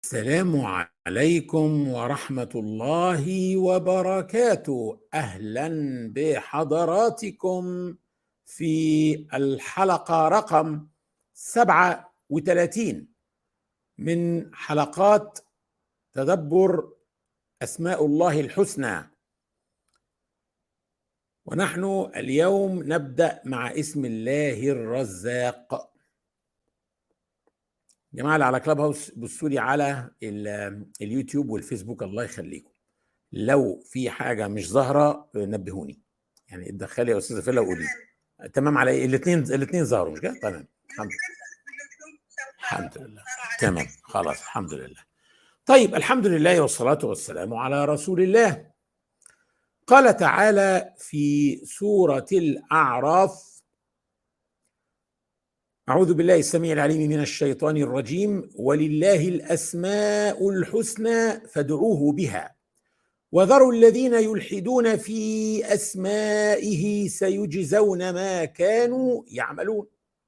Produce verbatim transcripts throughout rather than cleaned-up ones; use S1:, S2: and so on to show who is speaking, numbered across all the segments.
S1: السلام عليكم ورحمة الله وبركاته. أهلا بحضراتكم في الحلقة رقم سبعة وثلاثين من حلقات تدبر أسماء الله الحسنى، ونحن اليوم نبدأ مع اسم الله الرزاق. جماعة اللي على كلاب هاوس بصوا لي على اليوتيوب والفيسبوك، الله يخليكم. لو في حاجة مش ظاهرة نبهوني، يعني اتدخلي يا أستاذة فيلا وقولي. تمام، على ايه؟ الاثنين الاثنين ظهروا مش كده؟ تمام، الحمد لله الحمد لله تمام خلاص الحمد لله. طيب، الحمد لله والصلاة والسلام على رسول الله. قال تعالى في سورة الأعراف: أعوذ بالله السميع العليم من الشيطان الرجيم، ولله الأسماء الحسنى فادعوه بها وذروا الذين يلحدون في أسمائه سيجزون ما كانوا يعملون.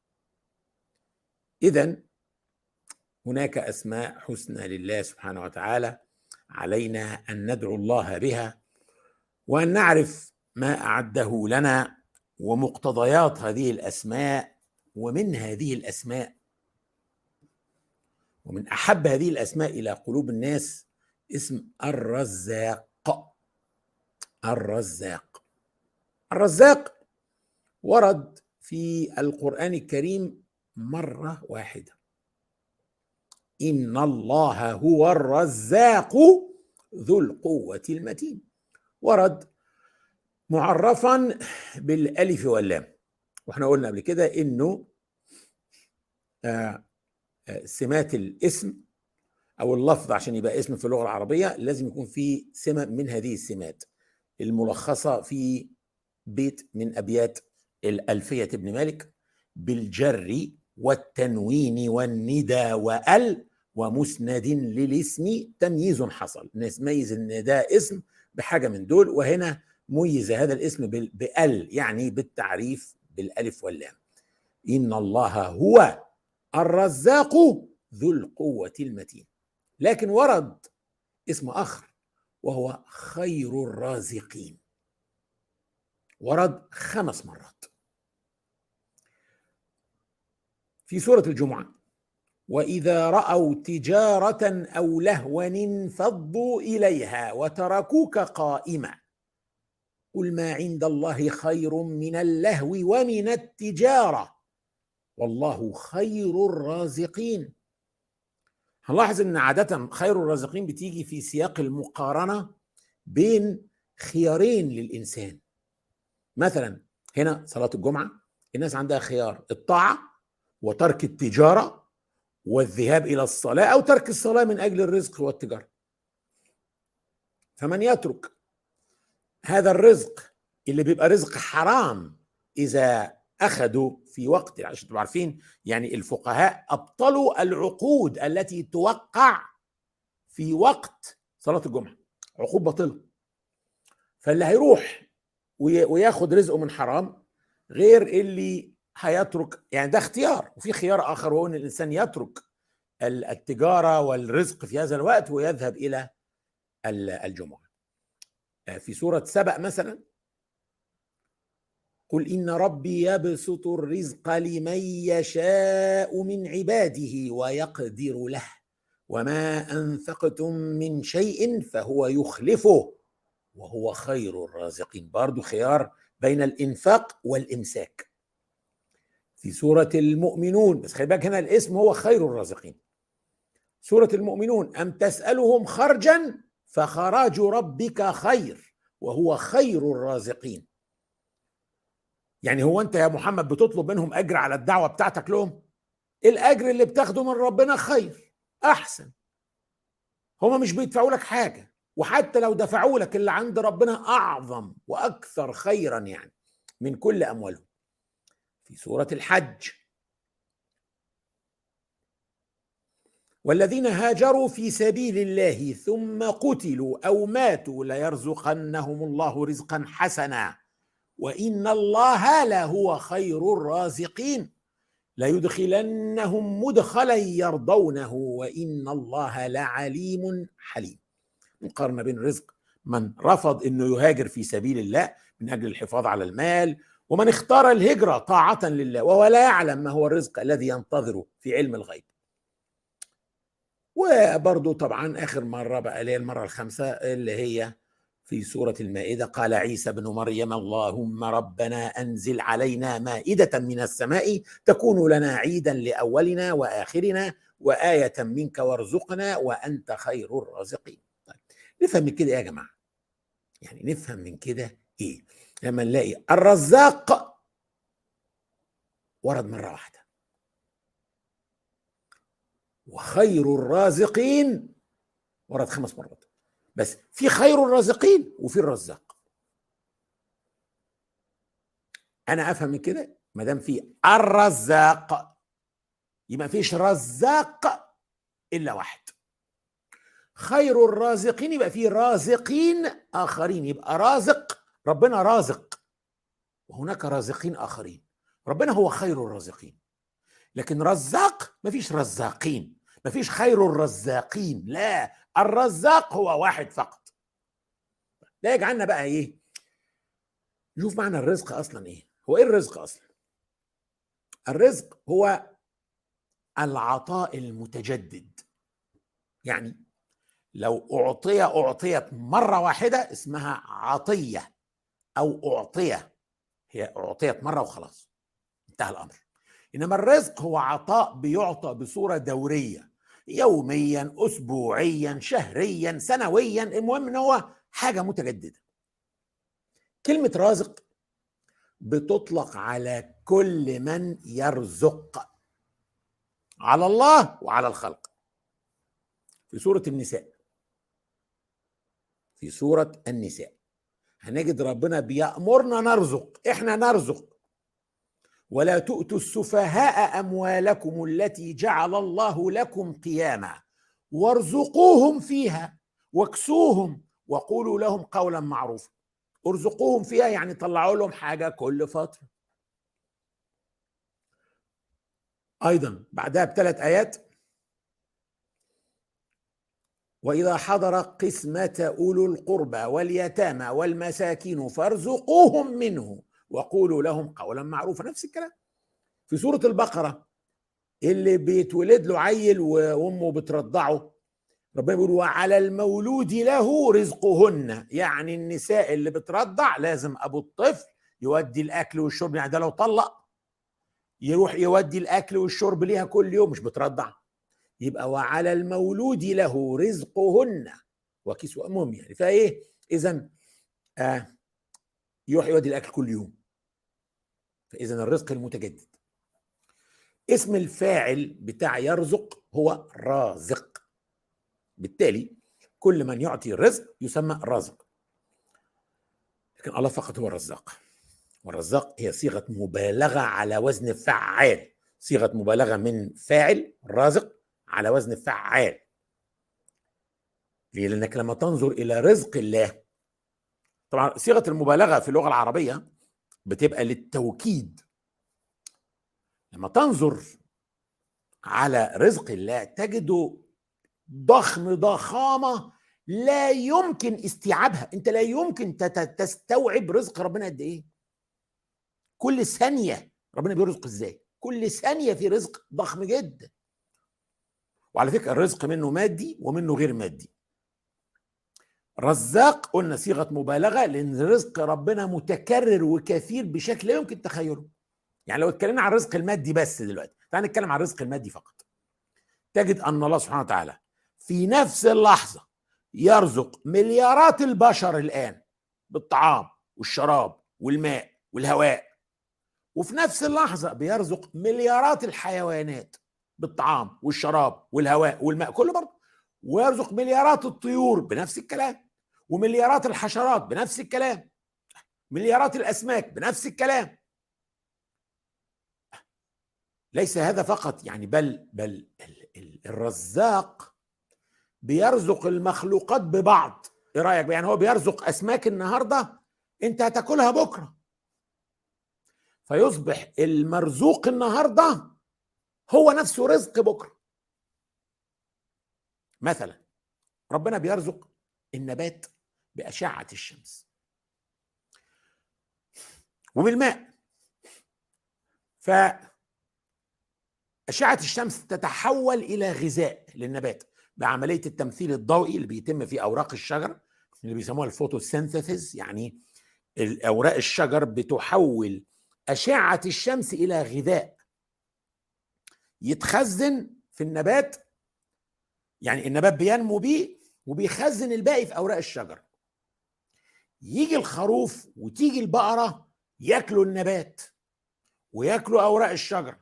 S1: إذن هناك أسماء حسنى لله سبحانه وتعالى، علينا أن ندعو الله بها وأن نعرف ما أعده لنا ومقتضيات هذه الأسماء. ومن هذه الأسماء ومن أحب هذه الأسماء إلى قلوب الناس اسم الرزاق. الرزاق الرزاق ورد في القرآن الكريم مرة واحدة: إن الله هو الرزاق ذو القوة المتين. ورد معرفا بالألف واللام، واحنا قلنا قبل كده إنه آه سمات الاسم أو اللفظ عشان يبقى اسم في اللغة العربية لازم يكون فيه سمة من هذه السمات الملخصة في بيت من أبيات الألفية ابن مالك: بالجر والتنوين والندى وال ومسند للاسم تمييز حصل. نميز ان ده اسم بحاجة من دول، وهنا ميز هذا الاسم بال، يعني بالتعريف بالألف واللام. إن الله هو الرزاق ذو القوة المتين. لكن ورد اسم آخر وهو خير الرازقين، ورد خمس مرات في سورة الجمعة: وإذا رأوا تجارة أو لهوا انفضوا إليها وتركوك قائما قل ما عند الله خير من اللهو ومن التجارة والله خير الرازقين. هنلاحظ ان عادة خير الرازقين بتيجي في سياق المقارنة بين خيارين للإنسان. مثلا هنا صلاة الجمعة الناس عندها خيار: الطاعة وترك التجارة والذهاب إلى الصلاة، أو ترك الصلاة من أجل الرزق والتجارة. فمن يترك هذا الرزق اللي بيبقى رزق حرام إذا أخذوا في وقت، عشان تبقوا عارفين يعني الفقهاء أبطلوا العقود التي توقع في وقت صلاة الجمعة، عقود باطلة. فاللي هيروح وياخد رزقه من حرام غير اللي هيترك، يعني ده اختيار. وفي خيار آخر وهو أن الإنسان يترك التجارة والرزق في هذا الوقت ويذهب إلى الجمعة. في سورة سبأ مثلا: قل إن ربي يبسط الرزق لمن يشاء من عباده ويقدر له وما أنفقتم من شيء فهو يخلفه وهو خير الرازقين. برضو خيار بين الإنفاق والإمساك. في سورة المؤمنون، بس خلي بالك هنا الاسم هو خير الرازقين. سورة المؤمنون: أم تسألهم خرجا فخراج ربك خير وهو خير الرازقين. يعني هو أنت يا محمد بتطلب منهم أجر على الدعوة بتاعتك لهم؟ الأجر اللي بتاخده من ربنا خير أحسن. هما مش بيدفعوا لك حاجة، وحتى لو دفعوا لك اللي عند ربنا أعظم وأكثر خيرا يعني من كل أموالهم. في سورة الحج: والذين هاجروا في سبيل الله ثم قتلوا أو ماتوا ليرزقنهم الله رزقا حسنا وإن الله لهو خير الرازقين. ليدخلنهم مدخلا يرضونه وإن الله لعليم حليم. مقارنة بين رزق من رفض أنه يهاجر في سبيل الله من أجل الحفاظ على المال، ومن اختار الهجرة طاعة لله وهو لا يعلم ما هو الرزق الذي ينتظره في علم الغيب. وبرضو طبعا آخر مرة بقى اللي هي المرة الخامسة اللي هي في سورة المائدة، قال عيسى بن مريم اللهم ربنا أنزل علينا مائدة من السماء تكون لنا عيدا لأولنا وآخرنا وآية منك وارزقنا وأنت خير الرازقين. طيب نفهم من كده إيه يا جماعة؟ يعني نفهم من كده إيه؟ لما نلاقي الرزاق ورد مرة واحدة، وخير الرازقين ورد خمس مرات، بس في خير الرازقين وفي الرزاق. انا افهم من كده ما دام في الرزاق يبقى فيش رزاق الا واحد. خير الرازقين يبقى في رازقين اخرين، يبقى رازق ربنا رازق وهناك رازقين اخرين. ربنا هو خير الرازقين، لكن رزاق مفيش رزاقين، مفيش خير الرزاقين، لا، الرزاق هو واحد فقط. ده يجعلنا بقى ايه؟ نشوف معنى الرزق اصلا ايه. هو ايه الرزق اصلا؟ الرزق هو العطاء المتجدد. يعني لو اعطي اعطيت مره واحده اسمها عطيه او اعطيه، هي اعطيت مره وخلاص انتهى الامر. انما الرزق هو عطاء بيعطى بصوره دوريه، يوميا اسبوعيا شهريا سنويا، المهم ان هو حاجه متجدده. كلمه رازق بتطلق على كل من يرزق، على الله وعلى الخلق. في سوره النساء في سوره النساء هنجد ربنا بيأمرنا نرزق، احنا نرزق. ولا تؤتوا السفهاء أموالكم التي جعل الله لكم قياما وارزقوهم فيها واكسوهم وقولوا لهم قولا معروفا. ارزقوهم فيها يعني طلعوا لهم حاجة كل فترة. أيضا بعدها بثلاث آيات، وإذا حضر قسمة أولو القربى واليتامى والمساكين فارزقوهم منه وقولوا لهم قولا معروفا. نفس الكلام في سورة البقرة، اللي بيتولد له عيل وامه بترضعه، ربنا بيقول وعلى المولود له رزقهن، يعني النساء اللي بترضع لازم ابو الطفل يودي الاكل والشرب. يعني ده لو طلق يروح يودي الاكل والشرب ليها كل يوم، مش بترضع. يبقى وعلى المولود له رزقهن وكسوتهم، يعني فايه اذا آه يروح يودي الاكل كل يوم. فاذا الرزق المتجدد. اسم الفاعل بتاع يرزق هو رازق، بالتالي كل من يعطي الرزق يسمى رازق. لكن الله فقط هو الرزاق، والرزاق هي صيغة مبالغة على وزن فعال، صيغة مبالغة من فاعل رازق على وزن فعال. ليه؟ لأنك لما تنظر إلى رزق الله، طبعا صيغة المبالغة في اللغة العربية بتبقى للتوكيد. لما تنظر على رزق الله تجده ضخم ضخامة لا يمكن استيعابها. انت لا يمكن تستوعب رزق ربنا قد ايه. كل ثانية ربنا بيرزق ازاي، كل ثانية في رزق ضخم جدا. وعلى فكرة الرزق منه مادي ومنه غير مادي. رزاق قلنا صيغة مبالغة لأن رزق ربنا متكرر وكثير بشكل لا يمكن تخيله. يعني لو اتكلمنا عن الرزق المادي بس دلوقتي، تعال نتكلم عن الرزق المادي فقط، تجد أن الله سبحانه وتعالى في نفس اللحظة يرزق مليارات البشر الآن بالطعام والشراب والماء والهواء، وفي نفس اللحظة بيرزق مليارات الحيوانات بالطعام والشراب والهواء والماء كله برضه، ويرزق مليارات الطيور بنفس الكلام، ومليارات الحشرات بنفس الكلام، مليارات الأسماك بنفس الكلام. ليس هذا فقط، يعني بل بل الرزاق بيرزق المخلوقات ببعض. ايه رايك؟ يعني هو بيرزق اسماك النهارده انت هتاكلها بكره، فيصبح المرزوق النهارده هو نفسه رزق بكرة. مثلا ربنا بيرزق النبات بأشعة الشمس وبالماء، فأشعة الشمس تتحول إلى غذاء للنبات بعملية التمثيل الضوئي اللي بيتم في أوراق الشجر اللي بيسموها الفوتوسينثيسيس. يعني الأوراق الشجر بتحول أشعة الشمس إلى غذاء يتخزن في النبات، يعني النبات بينمو بيه وبيخزن الباقي في أوراق الشجر. يجي الخروف وتيجي البقرة ياكلوا النبات وياكلوا أوراق الشجر،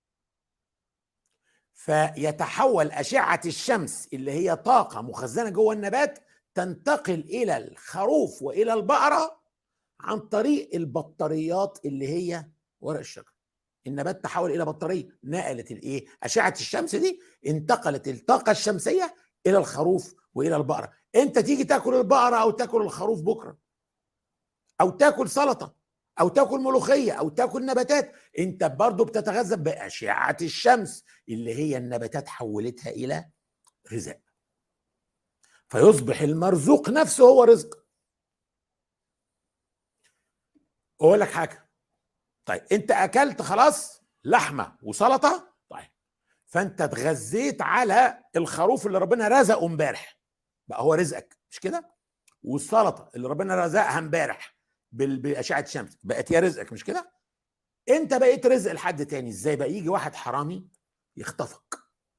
S1: فيتحول أشعة الشمس اللي هي طاقة مخزنة جوه النبات تنتقل إلى الخروف وإلى البقرة عن طريق البطاريات اللي هي ورق الشجر. النبات تحول إلى بطارية، نقلت الإيه؟ أشعة الشمس دي انتقلت الطاقة الشمسية إلى الخروف وإلى البقرة. أنت تيجي تاكل البقرة أو تاكل الخروف بكرة، أو تاكل سلطة أو تاكل ملوخية أو تاكل نباتات، أنت برضو بتتغذى بأشعة الشمس اللي هي النباتات حولتها إلى غذاء، فيصبح المرزوق نفسه هو رزق. أقول لك حاجة، طيب أنت أكلت خلاص لحمة وسلطة، طيب فأنت اتغذيت على الخروف اللي ربنا رزقه امبارح، بقى هو رزقك مش كده؟ والسلطة اللي ربنا رزقها امبارح بأشعة الشمس بقت هي رزقك مش كده؟ انت بقيت رزق لحد تاني. ازاي بقى؟ يجي واحد حرامي يخطفك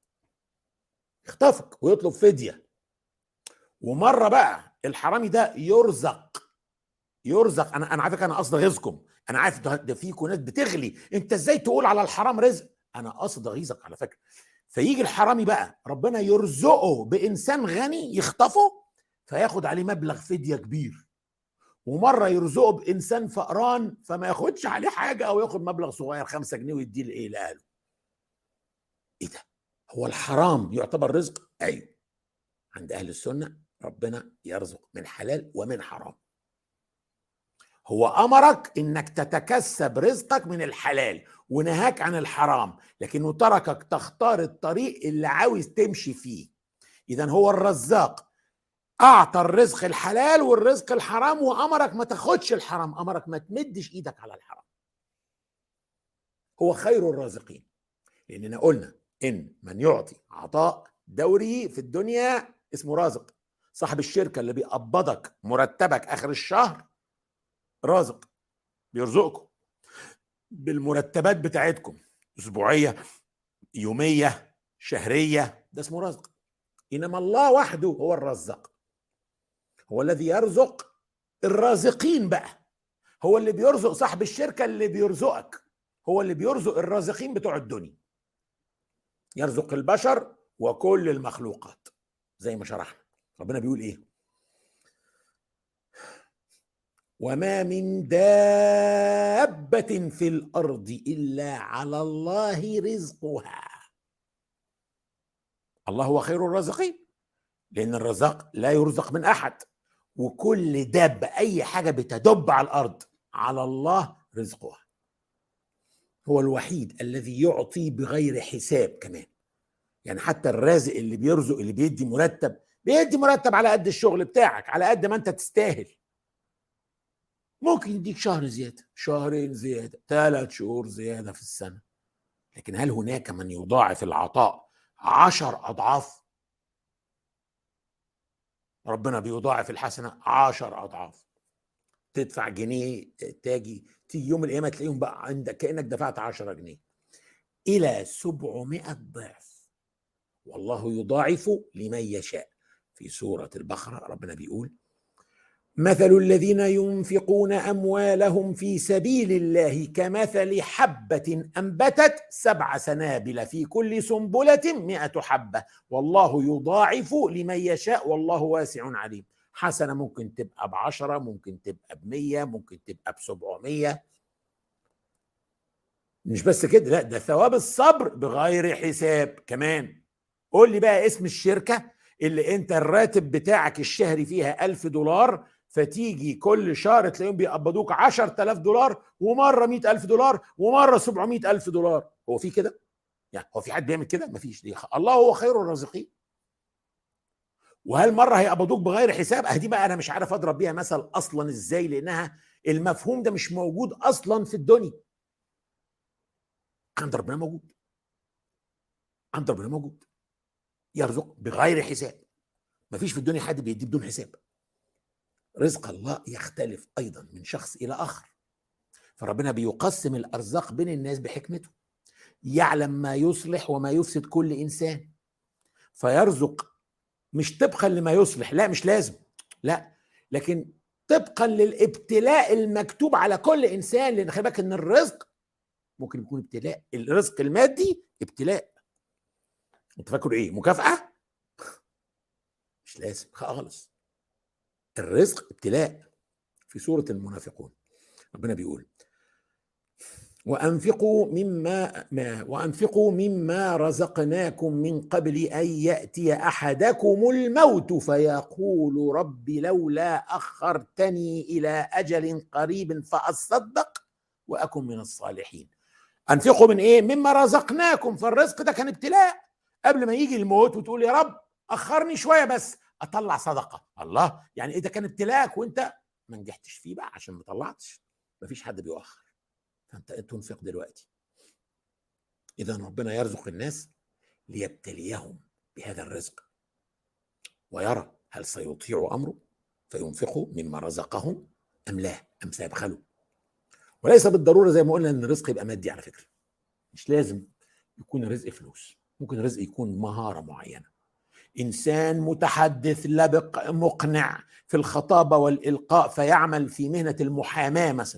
S1: يخطفك ويطلب فدية، ومرة بقى الحرامي ده يرزق يرزق انا انا عارفك، انا قصد اغيظكم، انا عارف ده, ده فيكم ناس بتغلي، انت ازاي تقول على الحرام رزق؟ انا قصد اغيظك على فكرة. فيجي الحرامي بقى ربنا يرزقه بانسان غني يخطفه فياخد عليه مبلغ فدية كبير، ومره يرزقه بانسان فقران فما ياخدش عليه حاجه او ياخد مبلغ صغير خمسة جنيه ويديه لايه؟ لاهله. ايه ده؟ هو الحرام يعتبر رزق؟ ايوه، عند اهل السنه ربنا يرزق من حلال ومن حرام. هو امرك انك تتكسب رزقك من الحلال ونهاك عن الحرام، لكنه تركك تختار الطريق اللي عاوز تمشي فيه. اذا هو الرزاق اعطى الرزق الحلال والرزق الحرام، وامرك ما تاخدش الحرام، امرك ما تمدش ايدك على الحرام. هو خير الرازقين، لاننا قلنا ان من يعطي عطاء دوري في الدنيا اسمه رازق. صاحب الشركه اللي بيقبضك مرتبك اخر الشهر رازق، بيرزقكم بالمرتبات بتاعتكم اسبوعيه يوميه شهريه، ده اسمه رزق. انما الله وحده هو الرزاق، هو الذي يرزق الرازقين بقى، هو اللي بيرزق صاحب الشركة اللي بيرزقك، هو اللي بيرزق الرازقين بتوع الدنيا. يرزق البشر وكل المخلوقات زي ما شرحنا. ربنا بيقول ايه؟ وما من دابة في الأرض إلا على الله رزقها. الله هو خير الرازقين، لأن الرزاق لا يرزق من أحد، وكل دابة أي حاجة بتدب على الأرض على الله رزقها. هو الوحيد الذي يعطي بغير حساب كمان. يعني حتى الرازق اللي بيرزق اللي بيدي مرتب بيدي مرتب على قد الشغل بتاعك، على قد ما انت تستاهل. ممكن يديك شهر زيادة، شهرين زيادة، ثلاث شهور زيادة في السنة، لكن هل هناك من يضاعف العطاء عشر أضعاف؟ ربنا بيضاعف الحسنة عشر أضعاف. تدفع جنيه تاجي تيجي يوم القيامة تلاقيهم بقى عندك كأنك دفعت عشرة جنيه إلى سبعمائة ضعف، والله يضاعف لمن يشاء. في سورة البقرة ربنا بيقول مثل الذين ينفقون أموالهم في سبيل الله كمثل حبة أنبتت سبع سنابل في كل سنبلة مئة حبة والله يضاعف لمن يشاء والله واسع عليم. حسنة ممكن تبقى بعشرة، ممكن تبقى بمية، ممكن تبقى بسبعمية. مش بس كده، لا ده ثواب الصبر بغير حساب كمان. قول لي بقى اسم الشركة اللي انت الراتب بتاعك الشهري فيها ألف دولار، فتيجي كل شهر تلاقيهم بيقبضوك عشرة آلاف دولار، ومرة مئة ألف دولار، ومرة سبعمائة ألف دولار. هو في كده؟ يعني هو في حد بيعمل كده؟ مفيش. دي الله هو خير الرازقين. وهل مره هيقبضوك بغير حساب؟ اهدي بقى انا مش عارف اضرب بيها مثل اصلا ازاي، لانها المفهوم ده مش موجود اصلا في الدنيا. عند ربنا موجود، عند ربنا موجود، يرزق بغير حساب. مفيش في الدنيا حد بيدي بدون حساب. رزق الله يختلف ايضا من شخص الى اخر، فربنا بيقسم الارزاق بين الناس بحكمته، يعلم ما يصلح وما يفسد كل انسان، فيرزق مش طبقا لما يصلح، لا مش لازم، لا، لكن طبقا للابتلاء المكتوب على كل انسان. لان خلي بالك ان الرزق ممكن يكون ابتلاء، الرزق المادي ابتلاء. انت فاكر ايه؟ مكافأة؟ مش لازم خالص. الرزق ابتلاء. في سورة المنافقون ربنا بيقول: وأنفقوا مما ما وأنفقوا مما رزقناكم من قبل أن يأتي أحدكم الموت فيقول رب لولا أخرتني إلى أجل قريب فأصدق وأكن من الصالحين. أنفقوا من إيه؟ مما رزقناكم. فالرزق ده كان ابتلاء قبل ما يجي الموت وتقول يا رب أخرني شوية بس أطلع صدقة. الله، يعني إيه ده؟ كان ابتلاءك وأنت ما نجحتش فيه بقى عشان ما طلعتش. مفيش حد بيؤخر، فأنت تنفق دلوقتي. إذا ربنا يرزق الناس ليبتليهم بهذا الرزق ويرى هل سيطيع أمره فينفقوا مما رزقهم أم لا، أم سيبخلوا. وليس بالضرورة زي ما قلنا أن الرزق يبقى مادي، على فكرة مش لازم يكون الرزق فلوس، ممكن الرزق يكون مهارة معينة. إنسان متحدث لبق مقنع في الخطابة والإلقاء فيعمل في مهنة المحاماة مثلا،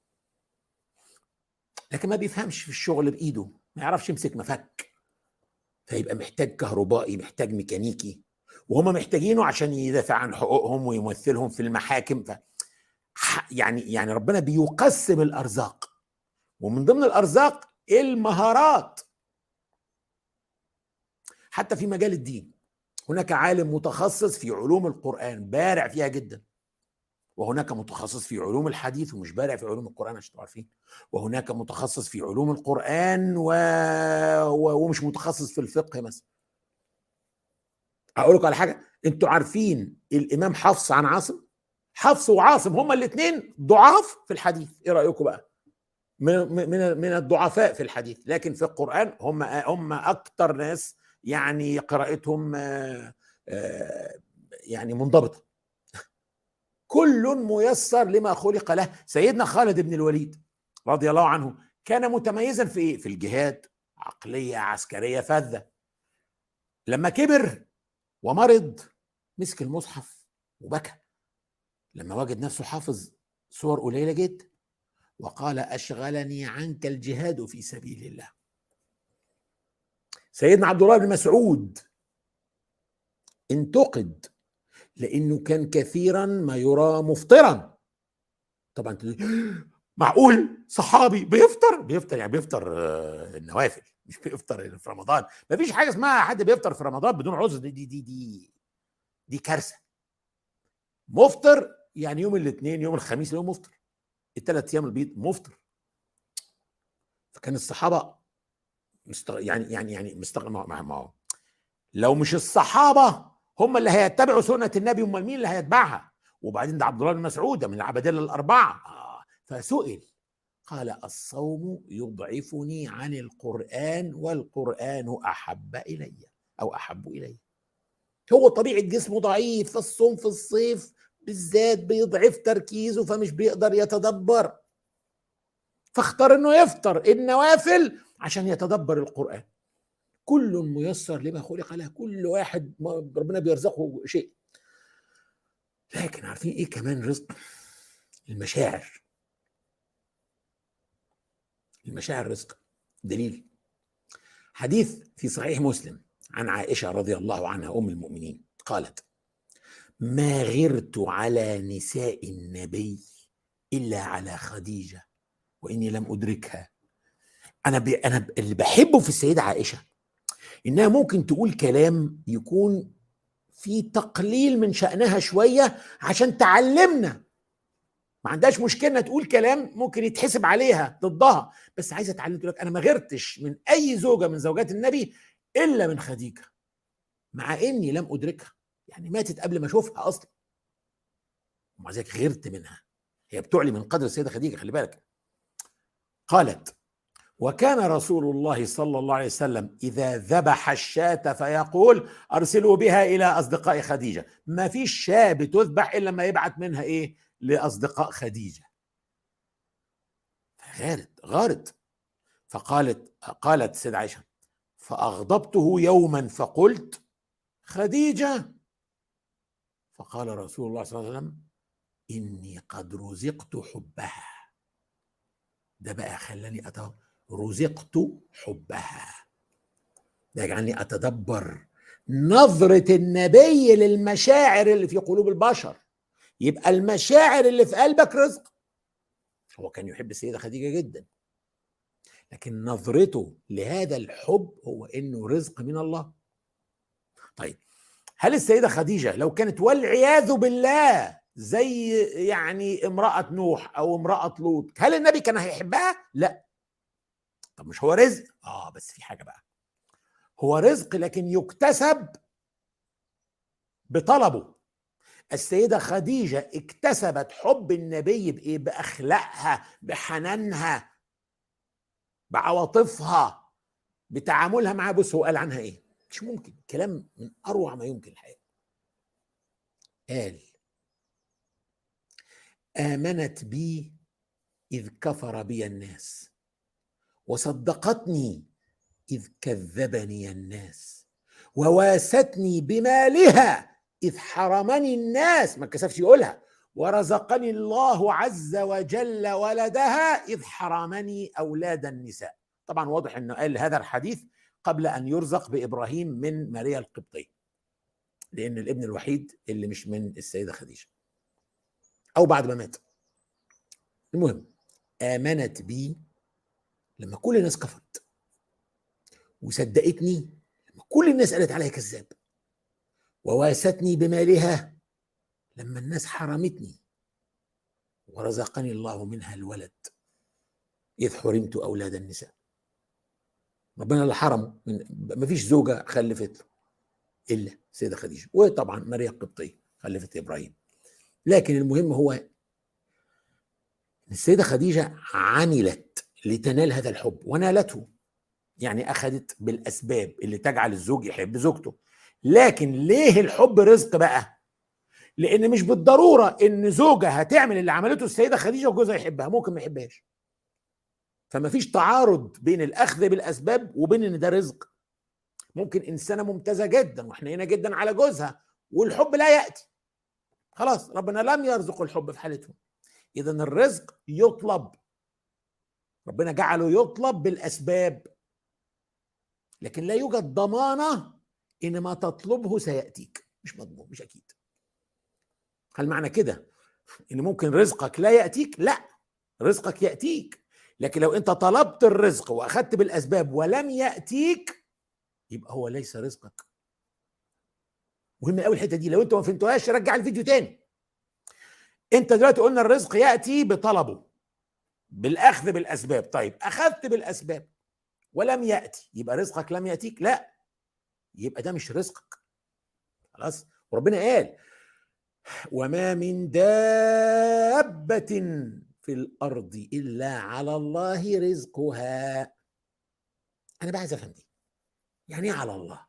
S1: لكن ما بيفهمش في الشغل بإيده، ما يعرفش يمسك مفك، فيبقى محتاج كهربائي، محتاج ميكانيكي، وهم محتاجينه عشان يدافع عن حقوقهم ويمثلهم في المحاكم. ف يعني يعني ربنا بيقسم الأرزاق، ومن ضمن الأرزاق المهارات. حتى في مجال الدين هناك عالم متخصص في علوم القرآن بارع فيها جدا، وهناك متخصص في علوم الحديث ومش بارع في علوم القرآن عشان تبقوا عارفين، وهناك متخصص في علوم القرآن و... و... ومش متخصص في الفقه مثلا. اقول لكم على حاجه، انتوا عارفين الامام حفص عن عاصم؟ حفص وعاصم هما الاثنين ضعاف في الحديث، ايه رايكم بقى؟ من من من الضعفاء في الحديث، لكن في القرآن هم هم اكتر ناس يعني قراءتهم يعني منضبطه. كل ميسر لما خلق له. سيدنا خالد بن الوليد رضي الله عنه كان متميزا في ايه؟ في الجهاد، عقليه عسكريه فذه. لما كبر ومرض مسك المصحف وبكى لما وجد نفسه حافظ سور قليله جدا، وقال أشغلني عنك الجهاد في سبيل الله. سيدنا عبد الله بن مسعود انتقد لأنه كان كثيرا ما يرى مفطرا. طبعا معقول صحابي بيفطر؟ بيفطر يعني بيفطر النوافل، مش بيفطر في رمضان. ما فيش حاجة اسمها حد بيفطر في رمضان بدون عذر، دي دي دي دي, دي كارثة. مفطر يعني يوم الاثنين يوم الخميس يوم مفطر، الثلاث ايام البيض مفطر. فكان الصحابه مستغ... يعني يعني يعني مستغ... ما هو لو مش الصحابه هم اللي هيتبعوا سنه النبي، امال مين اللي هيتبعها؟ وبعدين ده عبد الله بن مسعود ده من العبادله الاربعه. آه. فسئل قال الصوم يضعفني عن القران والقران احب الي او احب الي. هو طبيعه جسمه ضعيف، فالصوم في الصيف بالذات بيضعف تركيزه فمش بيقدر يتدبر، فاختار انه يفطر النوافل عشان يتدبر القرآن. كل ميسر لما خلق له، كل واحد ربنا بيرزقه شيء. لكن عارفين ايه كمان رزق؟ المشاعر. المشاعر رزق. دليل حديث في صحيح مسلم عن عائشة رضي الله عنها أم المؤمنين قالت: ما غرت على نساء النبي إلا على خديجة وإني لم أدركها. أنا ب... أنا اللي بحبه في السيدة عائشة إنها ممكن تقول كلام يكون في تقليل من شأنها شوية عشان تعلمنا ما عندهاش مشكله انها تقول كلام ممكن يتحسب عليها ضدها، بس عايزه تعلم تقول لك انا ما غيرتش من اي زوجه من زوجات النبي الا من خديجه، مع اني لم ادركها، يعني ماتت قبل ما اشوفها اصلا، ومع ذلك غيرت منها. هي بتعلي من قدر السيده خديجه، خلي بالك. قالت: وكان رسول الله صلى الله عليه وسلم إذا ذبح الشاة فيقول: أرسلوا بها إلى أصدقاء خديجة. ما فيش شاة بتذبح إلا ما يبعت منها إيه؟ لأصدقاء خديجة. غارت غارت فقالت قالت سيدة عائشة: فأغضبته يوما فقلت: خديجة. فقال رسول الله صلى الله عليه وسلم: إني قد رزقت حبها. ده بقى خلاني أتوقع رزقت حبها، ده يجعلني أتدبر نظرة النبي للمشاعر اللي في قلوب البشر. يبقى المشاعر اللي في قلبك رزق. هو كان يحب السيدة خديجة جدا، لكن نظرته لهذا الحب هو إنه رزق من الله. طيب، هل السيدة خديجة لو كانت والعياذ بالله زي يعني امرأة نوح أو امرأة لوط، هل النبي كان هيحبها؟ لا. طب مش هو رزق؟ آه بس في حاجة بقى، هو رزق لكن يكتسب بطلبه. السيدة خديجة اكتسبت حب النبي بإيه؟ بأخلاقها، بحنانها، بعواطفها، بتعاملها معاه. بص هو قال عنها ايه؟ مش ممكن، كلام من أروع ما يمكن الحقيقة. قال: آمنت بي إذ كفر بي الناس، وصدقتني إذ كذبني الناس، وواستني بمالها إذ حرمني الناس، ما كسفش يقولها، ورزقني الله عز وجل ولدها إذ حرمني أولاد النساء. طبعا واضح أنه قال هذا الحديث قبل أن يرزق بإبراهيم من ماريا القبطية، لأن الابن الوحيد اللي مش من السيدة خديجة، أو بعد ما مات. المهم، آمنت بي لما كل الناس كفرت، وصدقتني لما كل الناس قالت عليها كذاب، وواستني بمالها لما الناس حرمتني، ورزقني الله منها الولد إذ حرمت أولاد النساء. ربنا اللي حرمه، من ما فيش زوجة خلفت له إلا سيدة خديجة، وطبعا ماريا القبطية خلفت إبراهيم. لكن المهم هو إن السيدة خديجة عملت لتنال هذا الحب ونالته، يعني أخذت بالأسباب اللي تجعل الزوج يحب زوجته. لكن ليه الحب رزق بقى؟ لأن مش بالضرورة إن زوجة هتعمل اللي عملته السيدة خديجة وجوزها يحبها، ممكن ما يحبهاش. فما فيش تعارض بين الأخذ بالأسباب وبين إن ده رزق. ممكن إنسانة ممتازة جدا وحنينة جدا على جوزها والحب لا يأتي، خلاص ربنا لم يرزق الحب في حالتهم. إذا الرزق يطلب، ربنا جعله يطلب بالأسباب، لكن لا يوجد ضمانة إن ما تطلبه سيأتيك، مش مضمون، مش أكيد. هل معنى كده إن ممكن رزقك لا يأتيك؟ لا، رزقك يأتيك، لكن لو أنت طلبت الرزق وأخذت بالأسباب ولم يأتيك يبقى هو ليس رزقك. مهم قوي الحتة دي، لو أنت ما فهمتوهاش رجع الفيديو تاني. أنت دلوقتي قلنا الرزق يأتي بطلبه، بالأخذ بالأسباب. طيب أخذت بالأسباب ولم يأتي، يبقى رزقك لم يأتيك؟ لا، يبقى ده مش رزقك. خلاص. وربنا قال: وما من دابة في الأرض إلا على الله رزقها. أنا بقى عايز أفهم دي، يعني إيه على الله؟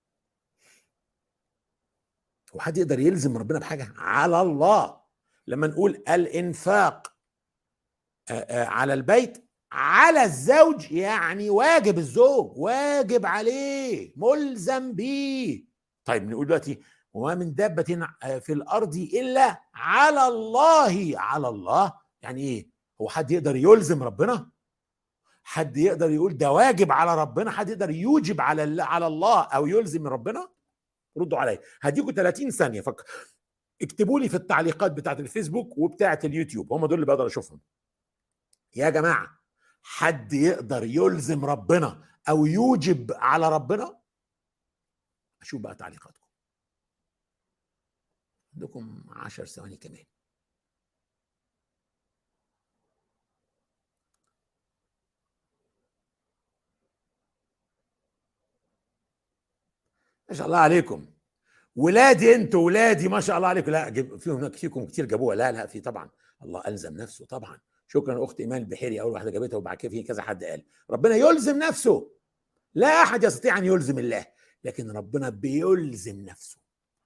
S1: هو حد يقدر يلزم ربنا بحاجة؟ على الله. لما نقول الإنفاق على البيت على الزوج، يعني واجب الزوج، واجب عليه، ملزم بيه. طيب نقول دلوقتي: وما من دابة في الأرض إلا على الله. على الله يعني إيه؟ هو حد يقدر يلزم ربنا؟ حد يقدر يقول ده واجب على ربنا؟ حد يقدر يوجب على على الله أو يلزم ربنا؟ ردوا عليا. هديكم ثلاثين ثانية فكر، اكتبوا لي في التعليقات بتاعت الفيسبوك وبتاعت اليوتيوب، هم دول اللي بقدر أشوفهم. يا جماعة، حد يقدر يلزم ربنا أو يوجب على ربنا؟ أشوف بقى تعليقاتكم. عندكم عشر ثواني كمان. ما شاء الله عليكم، ولادي انتوا ولادي ما شاء الله عليكم. لا جب فيهم فيكم كتير جابوها. لا لا في طبعا، الله الزم نفسه طبعا. شكرا اخت ايمان البحيري، اول واحده جابتها، وبعد كده في كذا حد قال ربنا يلزم نفسه. لا احد يستطيع ان يلزم الله، لكن ربنا بيلزم نفسه،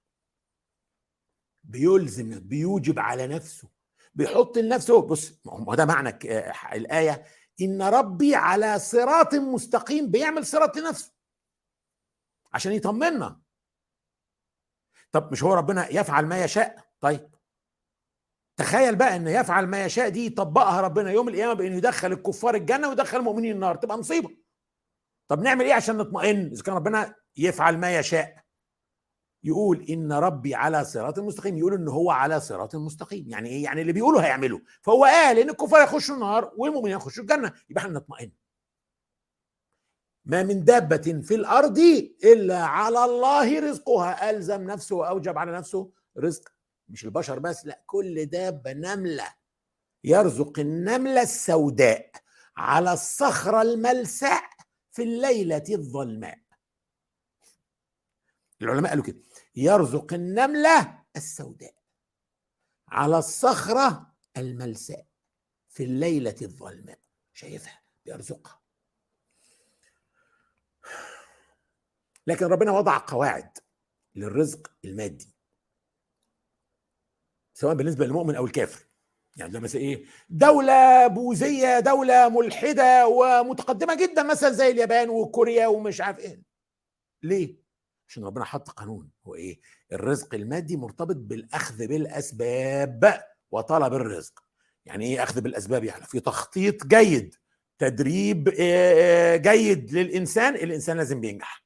S1: بيلزم، بيوجب على نفسه، بيحط لنفسه. بص، ما ده معنى الايه، ان ربي على صراط مستقيم، بيعمل صراط لنفسه عشان يطمنا. طب مش هو ربنا يفعل ما يشاء؟ طيب تخيل بقى ان يفعل ما يشاء دي يطبقها ربنا يوم القيامه بانه يدخل الكفار الجنه ويدخل المؤمنين النار، تبقى مصيبه. طب نعمل ايه عشان نطمئن اذا كان ربنا يفعل ما يشاء؟ يقول ان ربي على صراط مستقيم، يقول ان هو على صراط مستقيم. يعني ايه؟ يعني اللي بيقوله هيعمله. فهو قال ان الكفار يخشوا النار والمؤمنين يخشوا الجنه، يبقى احنا نطمئن. ما من دابة في الارض الا على الله رزقها، الزم نفسه واوجب على نفسه رزق. مش البشر بس، لا، كل دابة. نملة يرزق النملة السوداء على الصخرة الملساء في الليلة الظلماء. العلماء قالوا كده، يرزق النملة السوداء على الصخرة الملساء في الليلة الظلماء. شايفها بيرزقها. لكن ربنا وضع قواعد للرزق المادي، سواء بالنسبة للمؤمن أو الكافر. يعني ده مثلا ايه؟ دولة بوذية، دولة ملحدة ومتقدمة جدا، مثلا زي اليابان وكوريا ومش عارف ايه. ليه؟ عشان ربنا حط قانون، هو ايه؟ الرزق المادي مرتبط بالاخذ بالاسباب وطلب الرزق. يعني ايه اخذ بالاسباب؟ يعني في تخطيط جيد، تدريب جيد للانسان، الانسان لازم بينجح.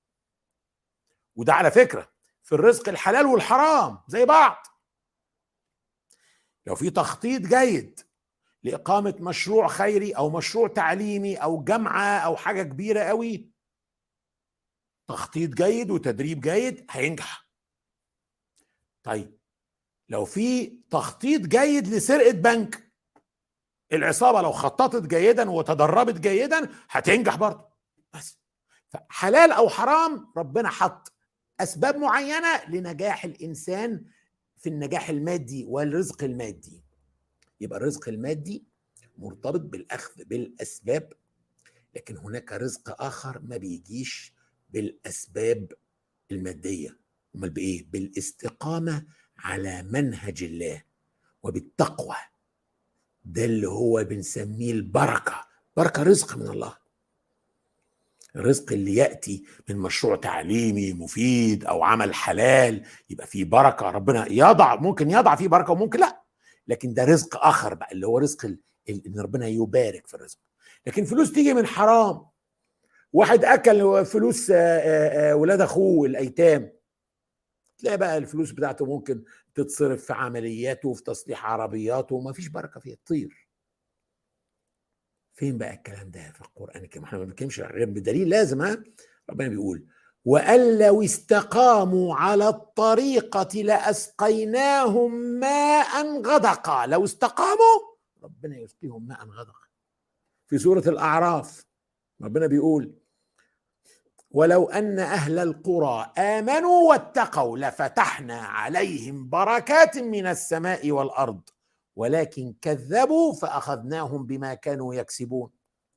S1: وده على فكرة في الرزق الحلال والحرام زي بعض. لو في تخطيط جيد لإقامة مشروع خيري أو مشروع تعليمي أو جامعة أو حاجة كبيرة قوي، تخطيط جيد وتدريب جيد هينجح. طيب لو في تخطيط جيد لسرقة بنك، العصابة لو خططت جيدا وتدربت جيدا هتنجح برضه. بس حلال أو حرام، ربنا حط أسباب معينة لنجاح الإنسان في النجاح المادي والرزق المادي. يبقى الرزق المادي مرتبط بالأخذ بالأسباب، لكن هناك رزق آخر ما بيجيش بالأسباب المادية. امال بإيه؟ بالاستقامة على منهج الله وبالتقوى. ده اللي هو بنسميه البركة. بركة رزق من الله. الرزق اللي يأتي من مشروع تعليمي مفيد أو عمل حلال يبقى فيه بركة. ربنا يضع، ممكن يضع فيه بركة وممكن لا، لكن ده رزق آخر بقى، اللي هو رزق ان ربنا يبارك في الرزق. لكن فلوس تيجي من حرام، واحد اكل فلوس ولاد اخوه الايتام، تلاقي بقى الفلوس بتاعته ممكن تتصرف في عملياته وفي تصليح عربياته وما فيش بركه فيها، تطير. فين بقى الكلام ده في القران الكريم؟ احنا ما بنتكلمش غير بدليل لازم. ها، ربنا بيقول وأن لو استقاموا على الطريقة لأسقيناهم ماء غدقا. لو استقاموا ربنا يسقيهم ماء غدقا. في سورة الأعراف ربنا بيقول ولو أن أهل القرى آمنوا واتقوا لفتحنا عليهم بركات من السماء والأرض ولكن كذبوا فأخذناهم بما كانوا يكسبون.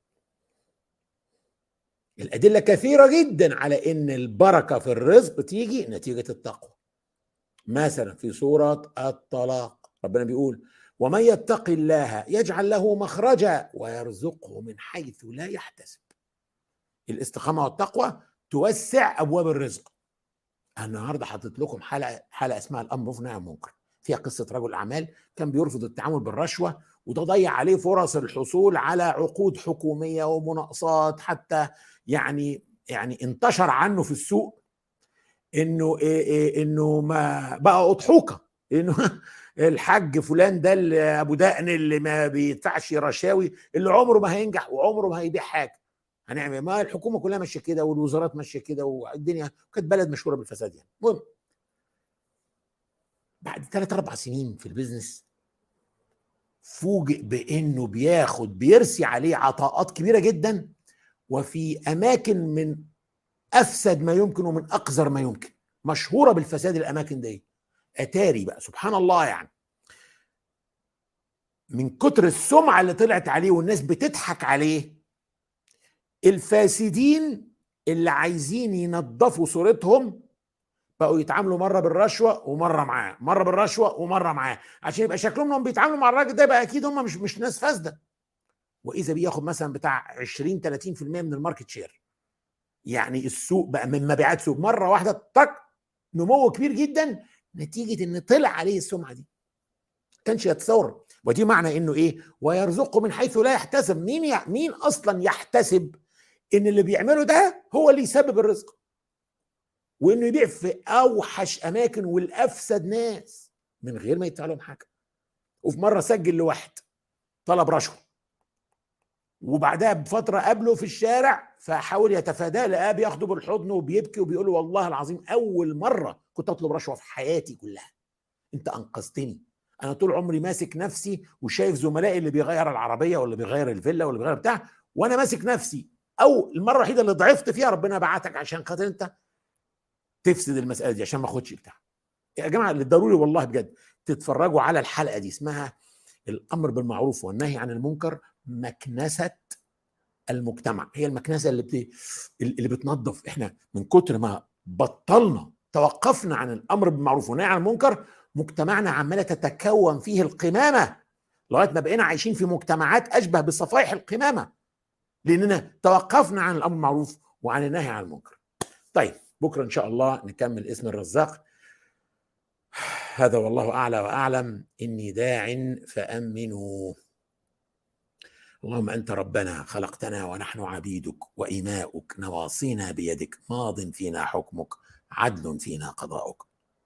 S1: الأدلة كثيرة جدا على أن البركة في الرزق تيجي نتيجة التقوى. مثلا في سورة الطلاق ربنا بيقول ومن يتق الله يجعل له مخرجا ويرزقه من حيث لا يحتسب. الاستقامة والتقوى توسع أبواب الرزق. النهارده حاطط لكم حلقة حلقة اسمها الأمر بالمعروف والنهي عن المنكر، فيها قصة رجل أعمال كان بيرفض التعامل بالرشوة، وده ضيع عليه فرص الحصول على عقود حكومية ومناقصات، حتى يعني يعني انتشر عنه في السوق انه إيه إيه انه ما بقى اضحوكه، انه الحاج فلان ده اللي ابو دقن اللي ما بيدفعش رشاوي اللي عمره ما هينجح وعمره ما هيبيع حاجه. هنعمل ما الحكومه كلها ماشيه كده والوزارات ماشيه كده والدنيا كانت بلد مشهوره بالفساد يعني. المهم بعد ثلاث اربع سنين في البيزنس فوجئ بانه بياخد بيرسي عليه عطاءات كبيره جدا، وفي اماكن من افسد ما يمكن ومن اقذر ما يمكن، مشهوره بالفساد الاماكن دي. اتاري بقى سبحان الله، يعني من كتر السمعه اللي طلعت عليه والناس بتضحك عليه، الفاسدين اللي عايزين ينظفوا صورتهم بقوا يتعاملوا مره بالرشوه ومره معاه، مره بالرشوه ومره معاه، عشان يبقى شكلهم انهم بيتعاملوا مع الراجل ده، يبقى اكيد هم مش مش ناس فاسده. واذا بياخد مثلا بتاع عشرين ثلاثين في المية من الماركت شير. يعني السوق بقى من مبيعات سوق مره واحده طق نمو كبير جدا، نتيجه ان طلع عليه السمعه دي. كانش يتصور. ودي معنى انه ايه؟ ويرزقه من حيث لا يحتسب. مين ي... مين اصلا يحتسب ان اللي بيعمله ده هو اللي يسبب الرزق، وانه يبيع في اوحش اماكن والافسد ناس من غير ما يدفع لهم حاجه. وفي مره سجل لواحد طلب رشوه، وبعدها بفتره قابله في الشارع فحاول يتفاداه، لقاه بياخده بالحضن وبيبكي وبيقول له والله العظيم اول مره كنت اطلب رشوه في حياتي كلها، انت انقذتني. انا طول عمري ماسك نفسي وشايف زملائي اللي بيغير العربيه واللي بيغير الفيلا واللي بيغير بتاع، وانا ماسك نفسي. او المره الوحيده اللي ضعفت فيها ربنا بعتك عشان خاطر انت تفسد المساله دي عشان ما اخدش بتاع. يا جماعه اللي ضروري والله بجد تتفرجوا على الحلقه دي، اسمها الامر بالمعروف والنهي عن المنكر مكنسه المجتمع. هي المكنسه اللي بت... اللي بتنظف. احنا من كتر ما بطلنا توقفنا عن الامر بالمعروف والنهي عن المنكر، مجتمعنا عماله تتكون فيه القمامه، لغايه ما بقينا عايشين في مجتمعات اشبه بصفائح القمامه، لاننا توقفنا عن الامر بالمعروف وعن النهي عن المنكر. طيب بكره ان شاء الله نكمل اسم الرزاق. هذا والله اعلى واعلم. اني داع فامنوا. اللهم أنت ربنا خلقتنا ونحن عبيدك وإماؤك، نواصينا بيدك، ماض فينا حكمك، عدل فينا قضاؤك.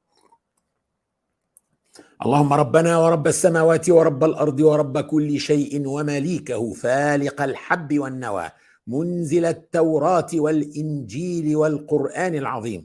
S1: اللهم ربنا ورب السماوات ورب الأرض ورب كل شيء ومليكه، فالق الحب والنوى، منزل التوراة والإنجيل والقرآن العظيم،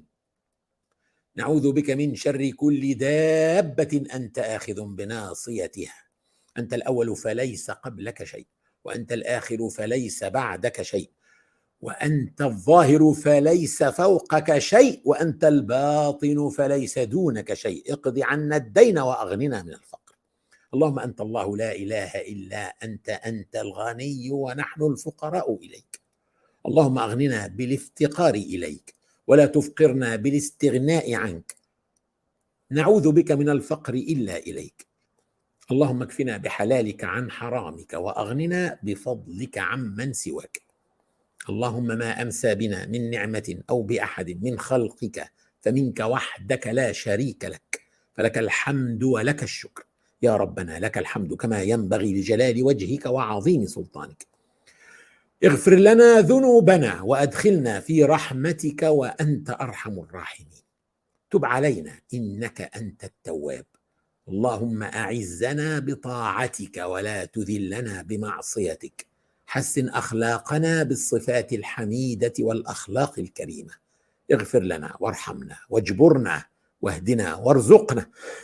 S1: نعوذ بك من شر كل دابة أنت آخذ بناصيتها. أنت الأول فليس قبلك شيء، وأنت الآخر فليس بعدك شيء، وأنت الظاهر فليس فوقك شيء، وأنت الباطن فليس دونك شيء. اقض عنا الدين وأغننا من الفقر. اللهم أنت الله لا إله إلا أنت، أنت الغني ونحن الفقراء إليك. اللهم أغننا بالافتقار إليك ولا تفقرنا بالاستغناء عنك. نعوذ بك من الفقر إلا إليك. اللهم اكفنا بحلالك عن حرامك وأغننا بفضلك عمن سواك. اللهم ما أمسى بنا من نعمة أو بأحد من خلقك فمنك وحدك لا شريك لك، فلك الحمد ولك الشكر. يا ربنا لك الحمد كما ينبغي لجلال وجهك وعظيم سلطانك. اغفر لنا ذنوبنا وأدخلنا في رحمتك وأنت أرحم الراحمين. تب علينا إنك أنت التواب. اللهم أعزنا بطاعتك ولا تذلنا بمعصيتك. حسن أخلاقنا بالصفات الحميدة والأخلاق الكريمة. اغفر لنا وارحمنا واجبرنا واهدنا وارزقنا.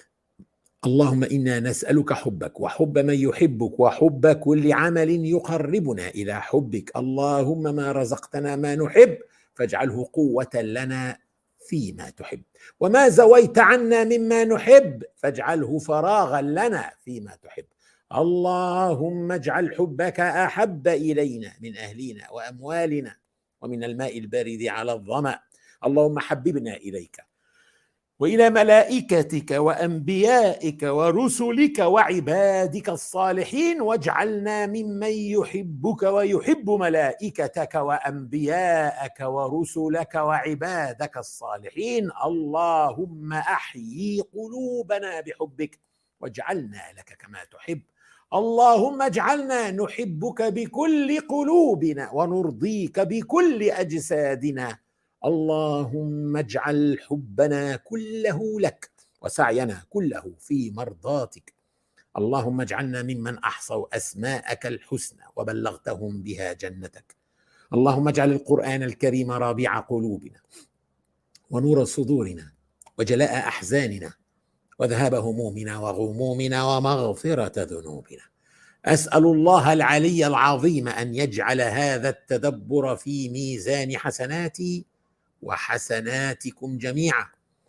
S1: اللهم إنا نسألك حبك وحب من يحبك وحب كل عمل يقربنا إلى حبك. اللهم ما رزقتنا ما نحب فاجعله قوة لنا فيما تحب، وما زويت عنا مما نحب فاجعله فراغا لنا فيما تحب. اللهم اجعل حبك أحب إلينا من أهلنا وأموالنا ومن الماء البارد على الظمأ. اللهم حببنا إليك وإلى ملائكتك وأنبيائك ورسلك وعبادك الصالحين، واجعلنا ممن يحبك ويحب ملائكتك وأنبيائك ورسلك وعبادك الصالحين. اللهم أحيي قلوبنا بحبك واجعلنا لك كما تحب. اللهم اجعلنا نحبك بكل قلوبنا ونرضيك بكل أجسادنا. اللهم اجعل حبنا كله لك وسعينا كله في مرضاتك. اللهم اجعلنا ممن أحصوا أسماءك الحسنى وبلغتهم بها جنتك. اللهم اجعل القرآن الكريم ربيع قلوبنا ونور صدورنا وجلاء أحزاننا وذهاب همومنا وغمومنا ومغفرة ذنوبنا. أسأل الله العلي العظيم أن يجعل هذا التدبر في ميزان حسناتي وحسناتكم جميعا.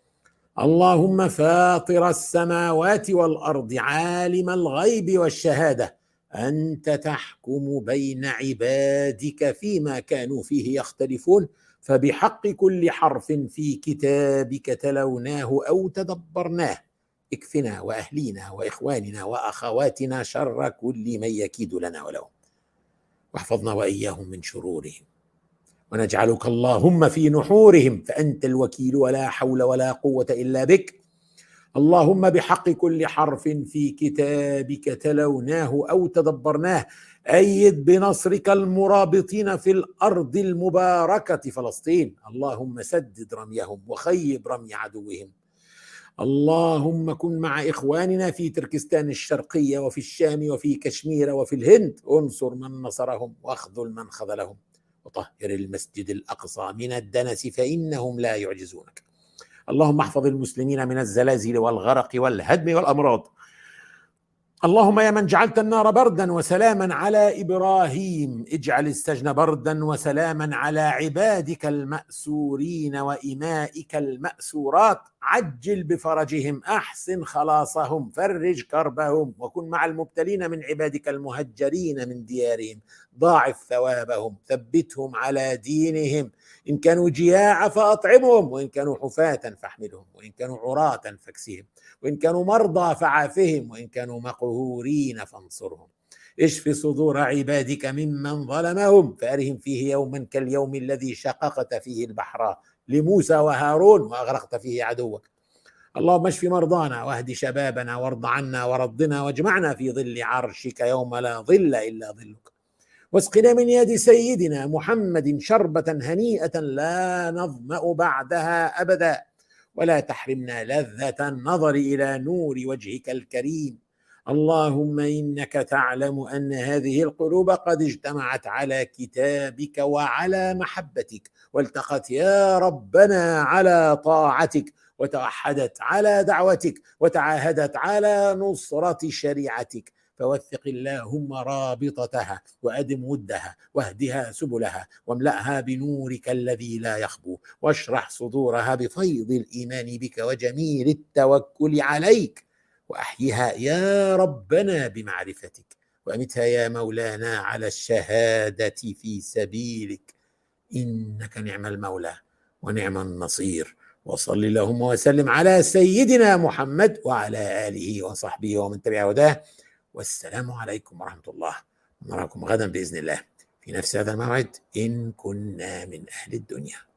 S1: اللهم فاطر السماوات والأرض عالم الغيب والشهادة، أنت تحكم بين عبادك فيما كانوا فيه يختلفون، فبحق كل حرف في كتابك تلوناه أو تدبرناه اكفنا وأهلينا وإخواننا وأخواتنا شر كل من يكيد لنا ولهم، واحفظنا وإياهم من شرورهم، ونجعلك اللهم في نحورهم، فأنت الوكيل ولا حول ولا قوة إلا بك. اللهم بحق كل حرف في كتابك تلوناه أو تدبرناه أيد بنصرك المرابطين في الأرض المباركة فلسطين، اللهم سدد رميهم وخيب رمي عدوهم. اللهم كن مع إخواننا في تركستان الشرقية وفي الشام وفي كشمير وفي الهند، انصر من نصرهم واخذل من خذلهم، وطهر المسجد الأقصى من الدنس فإنهم لا يعجزونك. اللهم احفظ المسلمين من الزلازل والغرق والهدم والأمراض. اللهم يا من جعلت النار بردا وسلاما على إبراهيم، اجعل السجن بردا وسلاما على عبادك المأسورين وإمائك المأسورات، عجل بفرجهم، أحسن خلاصهم، فرج كربهم، وكن مع المبتلين من عبادك المهجرين من ديارهم، ضاعف ثوابهم، ثبتهم على دينهم، إن كانوا جياع فأطعمهم، وإن كانوا حفاة فاحملهم، وإن كانوا عراة فاكسهم، وإن كانوا مرضى فعافهم، وإن كانوا مقهورين فانصرهم. اشف صدور عبادك ممن ظلمهم، فأرهم فيه يوما كاليوم الذي شققت فيه البحر لموسى وهارون وأغرقت فيه عدوك. اللهم اشف مرضانا واهد شبابنا وارض عنا ورضنا، واجمعنا في ظل عرشك يوم لا ظل إلا ظلك. واسقنا من يد سيدنا محمد شربة هنيئة لا نظمأ بعدها أبدا، ولا تحرمنا لذة النظر إلى نور وجهك الكريم. اللهم إنك تعلم أن هذه القلوب قد اجتمعت على كتابك وعلى محبتك، والتقت يا ربنا على طاعتك، وتوحدت على دعوتك، وتعاهدت على نصرة شريعتك، فوثق اللهم رابطتها وأدم ودها واهدها سبلها، واملأها بنورك الذي لا يخبو، واشرح صدورها بفيض الإيمان بك وجميل التوكل عليك، وأحيها يا ربنا بمعرفتك، وأمتها يا مولانا على الشهادة في سبيلك، إنك نعم المولى ونعم النصير. وصل اللهم وسلم على سيدنا محمد وعلى آله وصحبه ومن تبع هداه، والسلام عليكم ورحمة الله. نراكم غدا بإذن الله في نفس هذا الموعد إن كنا من أهل الدنيا.